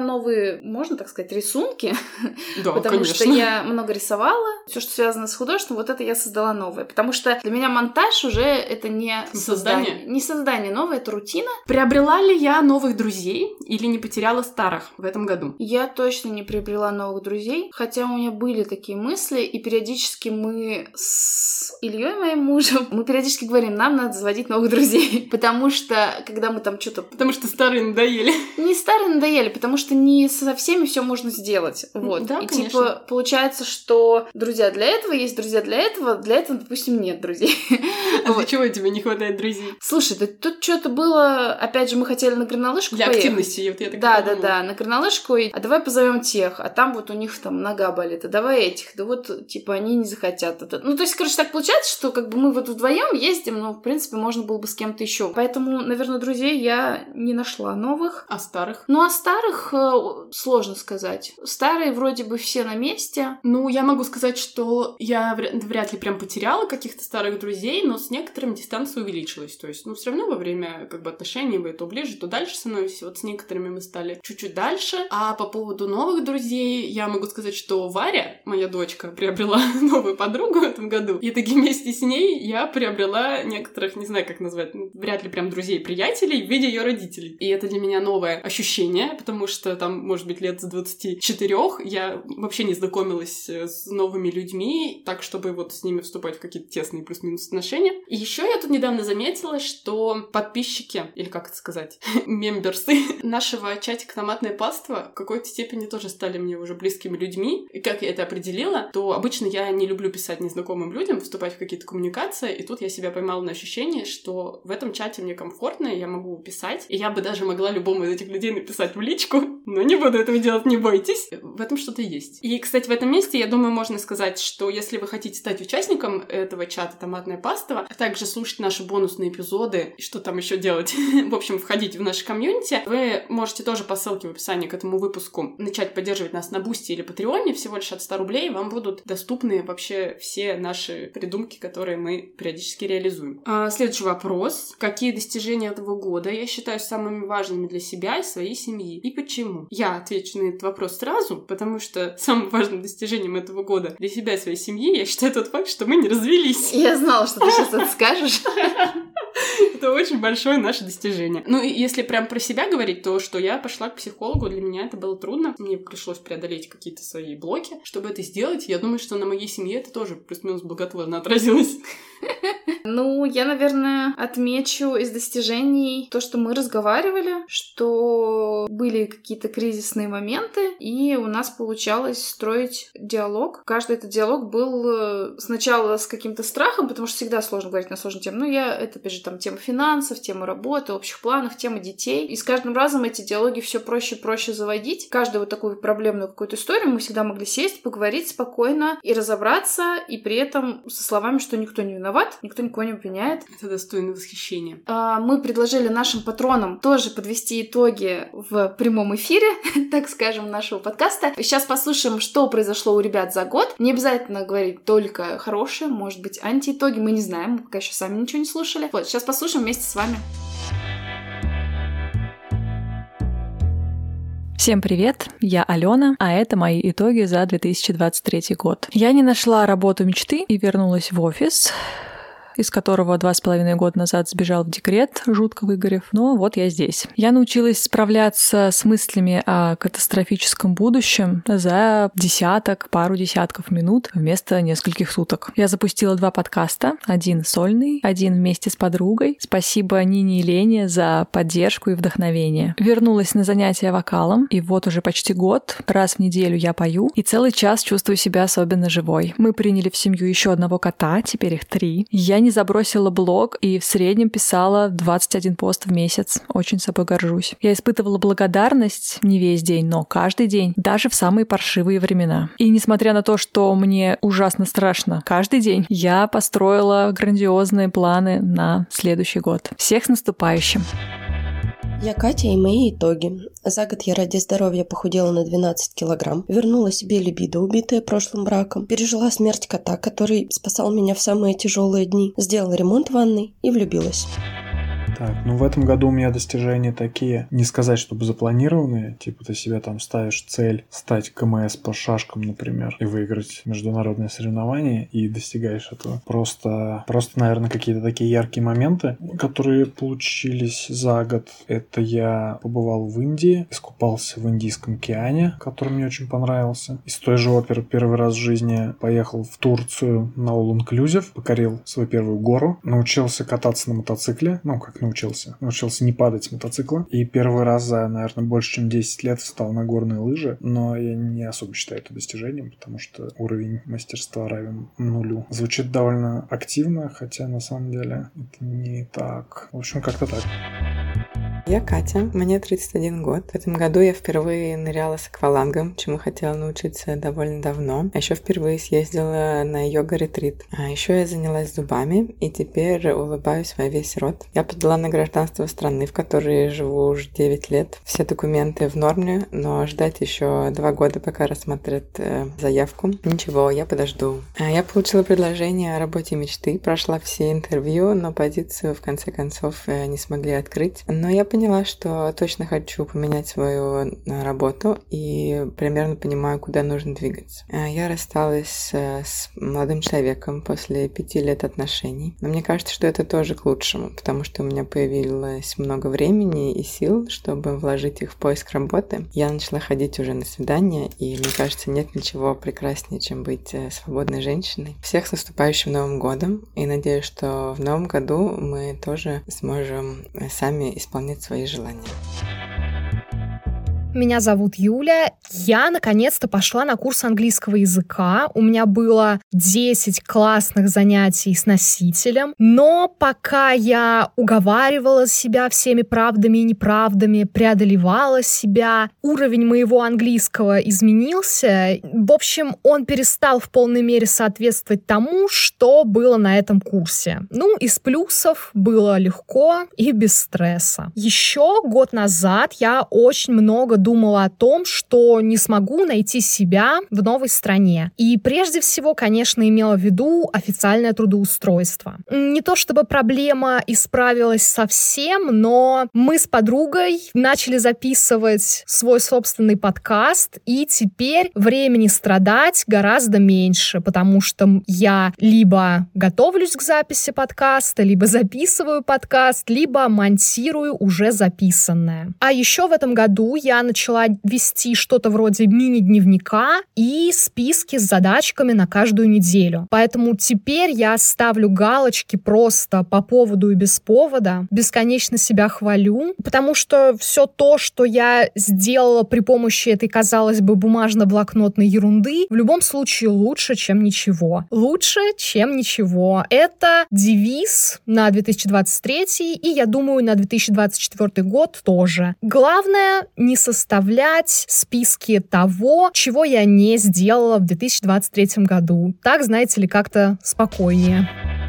новые, можно так сказать, рисунки, да, потому конечно. что я много рисовала, все, что связано с художеством, вот это я создала новое, потому что для меня монтаж уже это не создание, создание, не создание новое, это рутина. Приобрела ли я новых друзей или не потеряла старых в этом году? Я точно не приобрела новых друзей, хотя у меня были такие мысли, и периодически мы с Ильей, моим мужем, мы периодически говорим, нам надо заводить новых друзей, потому что, когда мы там что-то... Потому что старые надоели. Не старые надоели, потому что не со всеми все можно сделать, вот. Да, и конечно. типа получается, что друзья для этого есть, друзья для этого, для этого, допустим, нет друзей. А вот. Для чего тебе не хватает друзей? Слушай, да тут что-то было, опять же, мы хотели на горнолыжку для поехать. Активности, вот я так Да, подумала. да, да, на горнолыжку, и, а давай позовем тех, а там вот у них там нога болит, а давай этих, да вот, типа, они не захотят. Это. Ну, то есть, короче, так получается, что как бы мы вот вдвоем ездим, но, в принципе, можно было бы с кем-то еще. Поэтому, наверное, друзей я не нашла новых. А старых? Ну, а старых э, сложно сказать. Старые вроде бы все на месте. Ну, я могу сказать, что я вряд ли прям потеряла каких-то старых друзей, но с некоторыми дистанция увеличилась. То есть, ну, все равно во время как бы отношений вы то ближе, то дальше становитесь. Вот с некоторыми мы стали чуть-чуть дальше. А по поводу новых друзей, я могу сказать, что Варя, моя дочка, приобрела новую подругу в этом году. И таки вместе с ней я приобрела некоторых, не знаю, как назвать, ну, вряд ли прям друзей-приятелей в виде ее родителей. И это для меня новое ощущение, потому что там, может быть, лет с двадцати четырёх я вообще не знакомилась с новыми людьми, так, чтобы вот с ними вступать в какие-то тесные плюс-минус отношения. И еще я тут недавно заметила, что подписчики, или как это сказать, мемберсы нашего чатика «Томатная паства» в какой-то степени тоже стали мне уже близкими людьми. И как я это определила, то обычно я не люблю писать незнакомым людям, вступать в какие-то коммуникации, и тут я себя поймала на ощущение, что в этом чате мне комфортно, я могу писать, и я бы даже могла любому из этих людей написать в личку, но не буду этого делать, не бойтесь. В этом что-то есть. И, кстати, в этом месте, я думаю, можно сказать, что если вы хотите стать участником этого чата «Томатная паства», а также слушать наши бонусные эпизоды, и что там еще делать, в общем, входить в наше комьюнити, вы можете тоже по ссылке в описании к этому выпуску начать поддерживать нас на Бусти или Патреоне, всего лишь от ста рублей вам будут доступны вообще все наши придумки, которые мы периодически реализуем. А, следующий вопрос. Какие достижения этого года я считаю самыми важными для себя и своей семьи? И почему? Я отвечу на этот вопрос сразу, потому что самым важным достижением этого года для себя и своей семьи я считаю тот факт, что мы не развелись. Я знала, что ты сейчас это скажешь. Это очень большое наше достижение. Ну, и если прям про себя говорить, то, что я пошла к психологу, для меня это было трудно. Мне пришлось преодолеть какие-то свои блоки, чтобы это сделать. Я думаю, что на моей семье это тоже плюс-минус благотворно отразилось. Ну, я, наверное, отмечу из достижений то, что мы разговаривали, что были какие-то кризисные моменты, и у нас получалось строить диалог. Каждый этот диалог был сначала с каким-то страхом, потому что всегда сложно говорить на сложную тему. Ну, я, это, опять же, там, тема финансов, тема работы, общих планов, тема детей. И с каждым разом эти диалоги все проще и проще заводить. Каждую вот такую проблемную какую-то историю мы всегда могли сесть, поговорить спокойно и разобраться, и при этом со словами, что никто не виноват, никто никого не обвиняет. Это достойно восхищения. Мы предложили нашим патронам тоже подвести итоги в прямом эфире, так скажем, нашего подкаста. Сейчас послушаем, что произошло у ребят за год. Не обязательно говорить только хорошее, может быть, антиитоги, мы не знаем, мы пока еще сами ничего не слушали. Вот, сейчас послушаем вместе с вами. Всем привет, я Алена, а это мои итоги за две тысячи двадцать третий год. Я не нашла работу мечты и вернулась в офис, из которого два с половиной года назад сбежал в декрет, жутко выгорев. Но вот я здесь. Я научилась справляться с мыслями о катастрофическом будущем за десяток, пару десятков минут вместо нескольких суток. Я запустила два подкаста. Один сольный, один вместе с подругой. Спасибо Нине и Лене за поддержку и вдохновение. Вернулась на занятия вокалом, и вот уже почти год, раз в неделю я пою, и целый час чувствую себя особенно живой. Мы приняли в семью еще одного кота, теперь их три. Я не забросила блог и в среднем писала двадцать один пост в месяц. Очень собой горжусь. Я испытывала благодарность не весь день, но каждый день, даже в самые паршивые времена. И несмотря на то, что мне ужасно страшно каждый день, я построила грандиозные планы на следующий год. Всех с наступающим! Я Катя, и мои итоги. За год я ради здоровья похудела на двенадцать килограмм, вернула себе либидо, убитое прошлым браком, пережила смерть кота, который спасал меня в самые тяжелые дни, сделала ремонт в ванной и влюбилась. Так, ну в этом году у меня достижения такие, не сказать, чтобы запланированные, типа ты себе там ставишь цель стать КМС по шашкам, например, и выиграть международные соревнования, и достигаешь этого. Просто, просто, наверное, какие-то такие яркие моменты, которые получились за год. Это я побывал в Индии, искупался в Индийском океане, который мне очень понравился. Из той же оперы первый раз в жизни поехал в Турцию на All Inclusive, покорил свою первую гору, научился кататься на мотоцикле, ну как научился, научился не падать с мотоцикла, и первый раз за, наверное, больше чем десять лет встал на горные лыжи, но я не особо считаю это достижением, потому что уровень мастерства равен нулю. Звучит довольно активно, хотя на самом деле это не так. В общем, как-то так. Я Катя, мне тридцать один год. В этом году я впервые ныряла с аквалангом, чему хотела научиться довольно давно. А еще впервые съездила на йога-ретрит. А еще я занялась зубами и теперь улыбаюсь во весь рот. Я подала на гражданство страны, в которой живу уже девять лет. Все документы в норме, но ждать еще два года, пока рассмотрят э, заявку. Ничего, я подожду. А я получила предложение о работе мечты, прошла все интервью, но позицию в конце концов э, не смогли открыть. Но я поняла, что точно хочу поменять свою работу и примерно понимаю, куда нужно двигаться. Я рассталась с молодым человеком после пяти лет отношений. Но мне кажется, что это тоже к лучшему, потому что у меня появилось много времени и сил, чтобы вложить их в поиск работы. Я начала ходить уже на свидания, и мне кажется, нет ничего прекраснее, чем быть свободной женщиной. Всех с наступающим Новым годом, и надеюсь, что в Новом году мы тоже сможем сами исполнять свои желания. Меня зовут Юля. Я, наконец-то, пошла на курс английского языка. У меня было десять классных занятий с носителем. Но пока я уговаривала себя всеми правдами и неправдами, преодолевала себя, уровень моего английского изменился. В общем, он перестал в полной мере соответствовать тому, что было на этом курсе. Ну, из плюсов было легко и без стресса. Еще год назад я очень много думала о том, что не смогу найти себя в новой стране. И прежде всего, конечно, имела в виду официальное трудоустройство. Не то чтобы проблема исправилась совсем, но мы с подругой начали записывать свой собственный подкаст, и теперь времени страдать гораздо меньше, потому что я либо готовлюсь к записи подкаста, либо записываю подкаст, либо монтирую уже записанное. А еще в этом году я начала вести что-то вроде мини-дневника и списки с задачками на каждую неделю. Поэтому теперь я ставлю галочки просто по поводу и без повода, бесконечно себя хвалю, потому что все то, что я сделала при помощи этой, казалось бы, бумажно-блокнотной ерунды, в любом случае лучше, чем ничего. Лучше, чем ничего. Это девиз на две тысячи двадцать третий и, я думаю, на две тысячи двадцать четвёртый год тоже. Главное — не составлять списки того, чего я не сделала в две тысячи двадцать третьем году. Так, знаете ли, как-то спокойнее.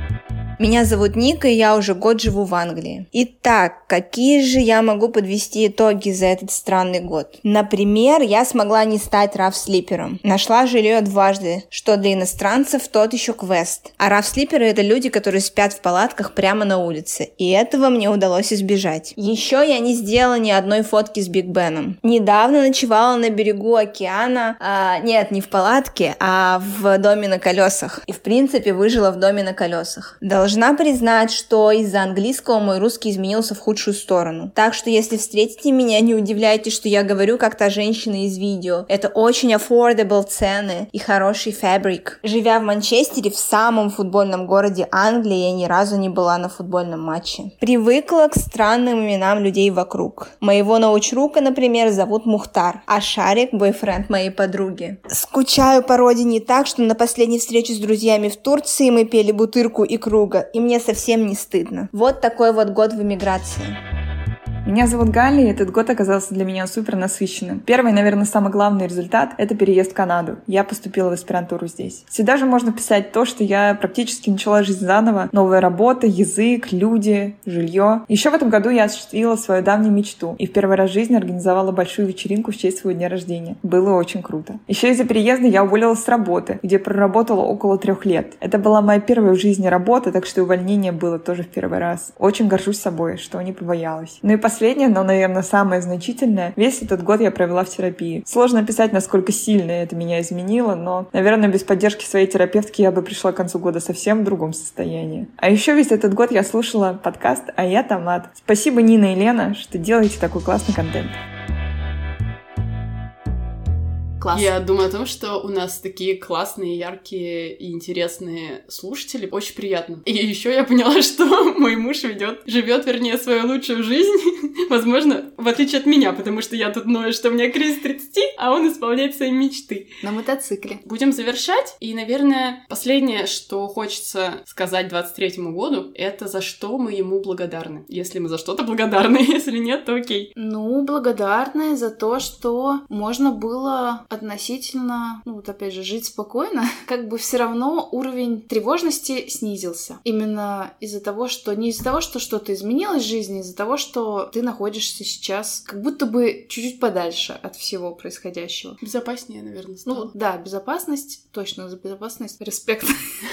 Меня зовут Ника, и я уже год живу в Англии. Итак, какие же я могу подвести итоги за этот странный год? Например, я смогла не стать рафслипером. Нашла жилье дважды, что для иностранцев тот еще квест. А рафслиперы — это люди, которые спят в палатках прямо на улице. И этого мне удалось избежать. Еще я не сделала ни одной фотки с Биг Беном. Недавно ночевала на берегу океана. А, нет, не в палатке, а в доме на колесах. И в принципе выжила в доме на колесах. Должна признать, что из-за английского мой русский изменился в худшую сторону. Так что если встретите меня, не удивляйтесь, что я говорю как та женщина из видео. Это очень affordable цены и хороший фабрик. Живя в Манчестере, в самом футбольном городе Англии, я ни разу не была на футбольном матче. Привыкла к странным именам людей вокруг. Моего научрука, например, зовут Мухтар, а Шарик — бойфренд моей подруги. Скучаю по родине так, что на последней встрече с друзьями в Турции мы пели «Бутырку и круга», и мне совсем не стыдно. Вот такой вот год в эмиграции. Меня зовут Галя, и этот год оказался для меня супер насыщенным. Первый, наверное, самый главный результат — это переезд в Канаду. Я поступила в аспирантуру здесь. Сюда же можно писать то, что я практически начала жизнь заново. Новая работа, язык, люди, жилье. Еще в этом году я осуществила свою давнюю мечту и в первый раз в жизни организовала большую вечеринку в честь своего дня рождения. Было очень круто. Еще из-за переезда я уволилась с работы, где проработала около трех лет. Это была моя первая в жизни работа, так что увольнение было тоже в первый раз. Очень горжусь собой, что не побоялась. Ну и последнее, но, наверное, самое значительное. Весь этот год я провела в терапии. Сложно описать, насколько сильно это меня изменило, но, наверное, без поддержки своей терапевтки я бы пришла к концу года совсем в другом состоянии. А еще весь этот год я слушала подкаст «А я томат». Спасибо, Нина и Лена, что делаете такой классный контент. Класс. Я думаю о том, что у нас такие классные, яркие и интересные слушатели. Очень приятно. И еще я поняла, что мой муж ведет, живет, вернее, свою лучшую жизнь. Возможно, в отличие от меня, потому что я тут ною, что у меня кризис тридцати, а он исполняет свои мечты. На мотоцикле. Будем завершать. И, наверное, последнее, что хочется сказать двадцать третьему году, это за что мы ему благодарны. Если мы за что-то благодарны, если нет, то окей. Ну, благодарны за то, что можно было относительно, ну вот опять же, жить спокойно, как бы все равно уровень тревожности снизился. Именно из-за того, что не из-за того, что что-то изменилось в жизни, из-за того, что ты находишься сейчас как будто бы чуть-чуть подальше от всего происходящего. Безопаснее, наверное, стало. Ну да, безопасность, точно за безопасность, респект.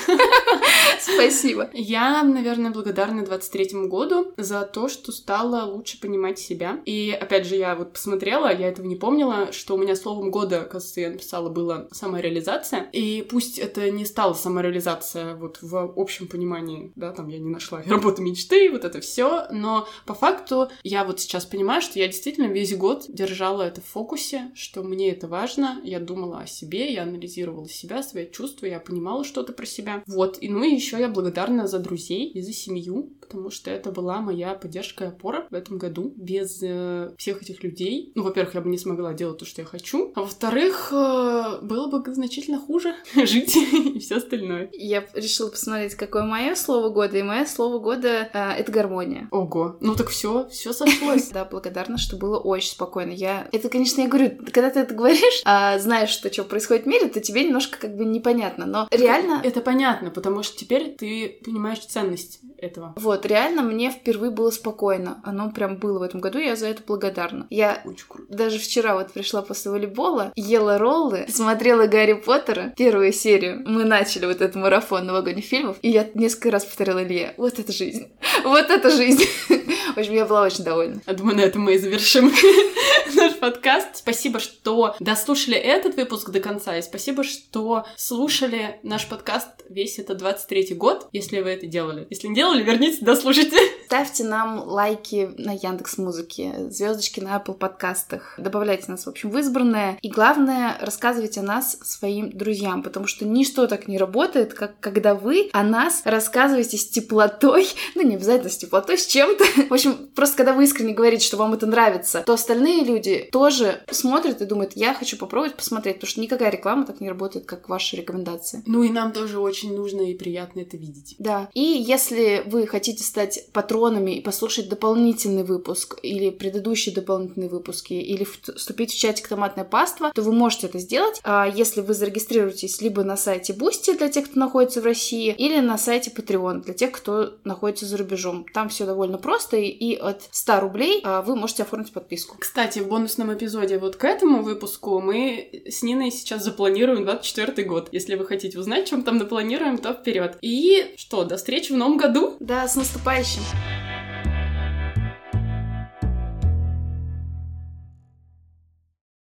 Спасибо. Я, наверное, благодарна двадцать третьему году за то, что стала лучше понимать себя. И, опять же, я вот посмотрела, я этого не помнила, что у меня словом года, кажется, я написала, была самореализация. И пусть это не стала самореализация вот в общем понимании, да, там я не нашла работу мечты, вот это все, но по факту я вот сейчас понимаю, что я действительно весь год держала это в фокусе, что мне это важно, я думала о себе, я анализировала себя, свои чувства, я понимала что-то про себя. Вот, и ну и еще я благодарна за друзей и за семью, потому что это была моя поддержка и опора в этом году. Без э, всех этих людей, ну, во-первых, я бы не смогла делать то, что я хочу, а во-вторых, э, было бы значительно хуже жить и все остальное. Я решила посмотреть, какое мое слово года, и мое слово года э, — это гармония. Ого, ну так все, все сошлось. Да, благодарна, что было очень спокойно. Я, это, конечно, я говорю, когда ты это говоришь, а знаешь, что, что происходит в мире, то тебе немножко как бы непонятно, но реально... Это понятно, потому что теперь ты понимаешь ценность этого. Вот, реально мне впервые было спокойно. Оно прям было в этом году, я за это благодарна. Я очень круто. Даже вчера вот пришла после волейбола, ела роллы, смотрела Гарри Поттера, первую серию. Мы начали вот этот марафон новогодних фильмов, и я несколько раз повторяла Илье: вот это жизнь, вот это жизнь. В общем, я была очень довольна. Я думаю, на этом мы и завершим наш подкаст. Спасибо, что дослушали этот выпуск до конца, и спасибо, что слушали наш подкаст весь этот двадцать третий год, если вы это делали. Если не делали, вернитесь, дослушайте. Ставьте нам лайки на Яндекс.Музыке, звездочки на Apple подкастах, добавляйте нас, в общем, в избранное. И главное, рассказывайте о нас своим друзьям, потому что ничто так не работает, как когда вы о нас рассказываете с теплотой, ну, не обязательно с теплотой, с чем-то. В общем, просто когда вы искренне говорите, что вам это нравится, то остальные люди тоже смотрят и думают: я хочу попробовать посмотреть, потому что никакая реклама так не работает, как ваши рекомендации. Ну и нам тоже очень нужно и приятно это видеть. Да. И если вы хотите стать патронами и послушать дополнительный выпуск или предыдущие дополнительные выпуски, или вступить в чатик «Томатная паства», то вы можете это сделать, если вы зарегистрируетесь либо на сайте Boosty для тех, кто находится в России, или на сайте Patreon для тех, кто находится за рубежом. Там все довольно просто, и от ста рублей вы можете оформить подписку. Кстати, в бонусном эпизоде вот к этому выпуску мы с Ниной сейчас запланируем двадцать четвёртый год. Если вы хотите узнать, чем там напланируем, то вперед. И что, до встречи в новом году! Да, с наступающим!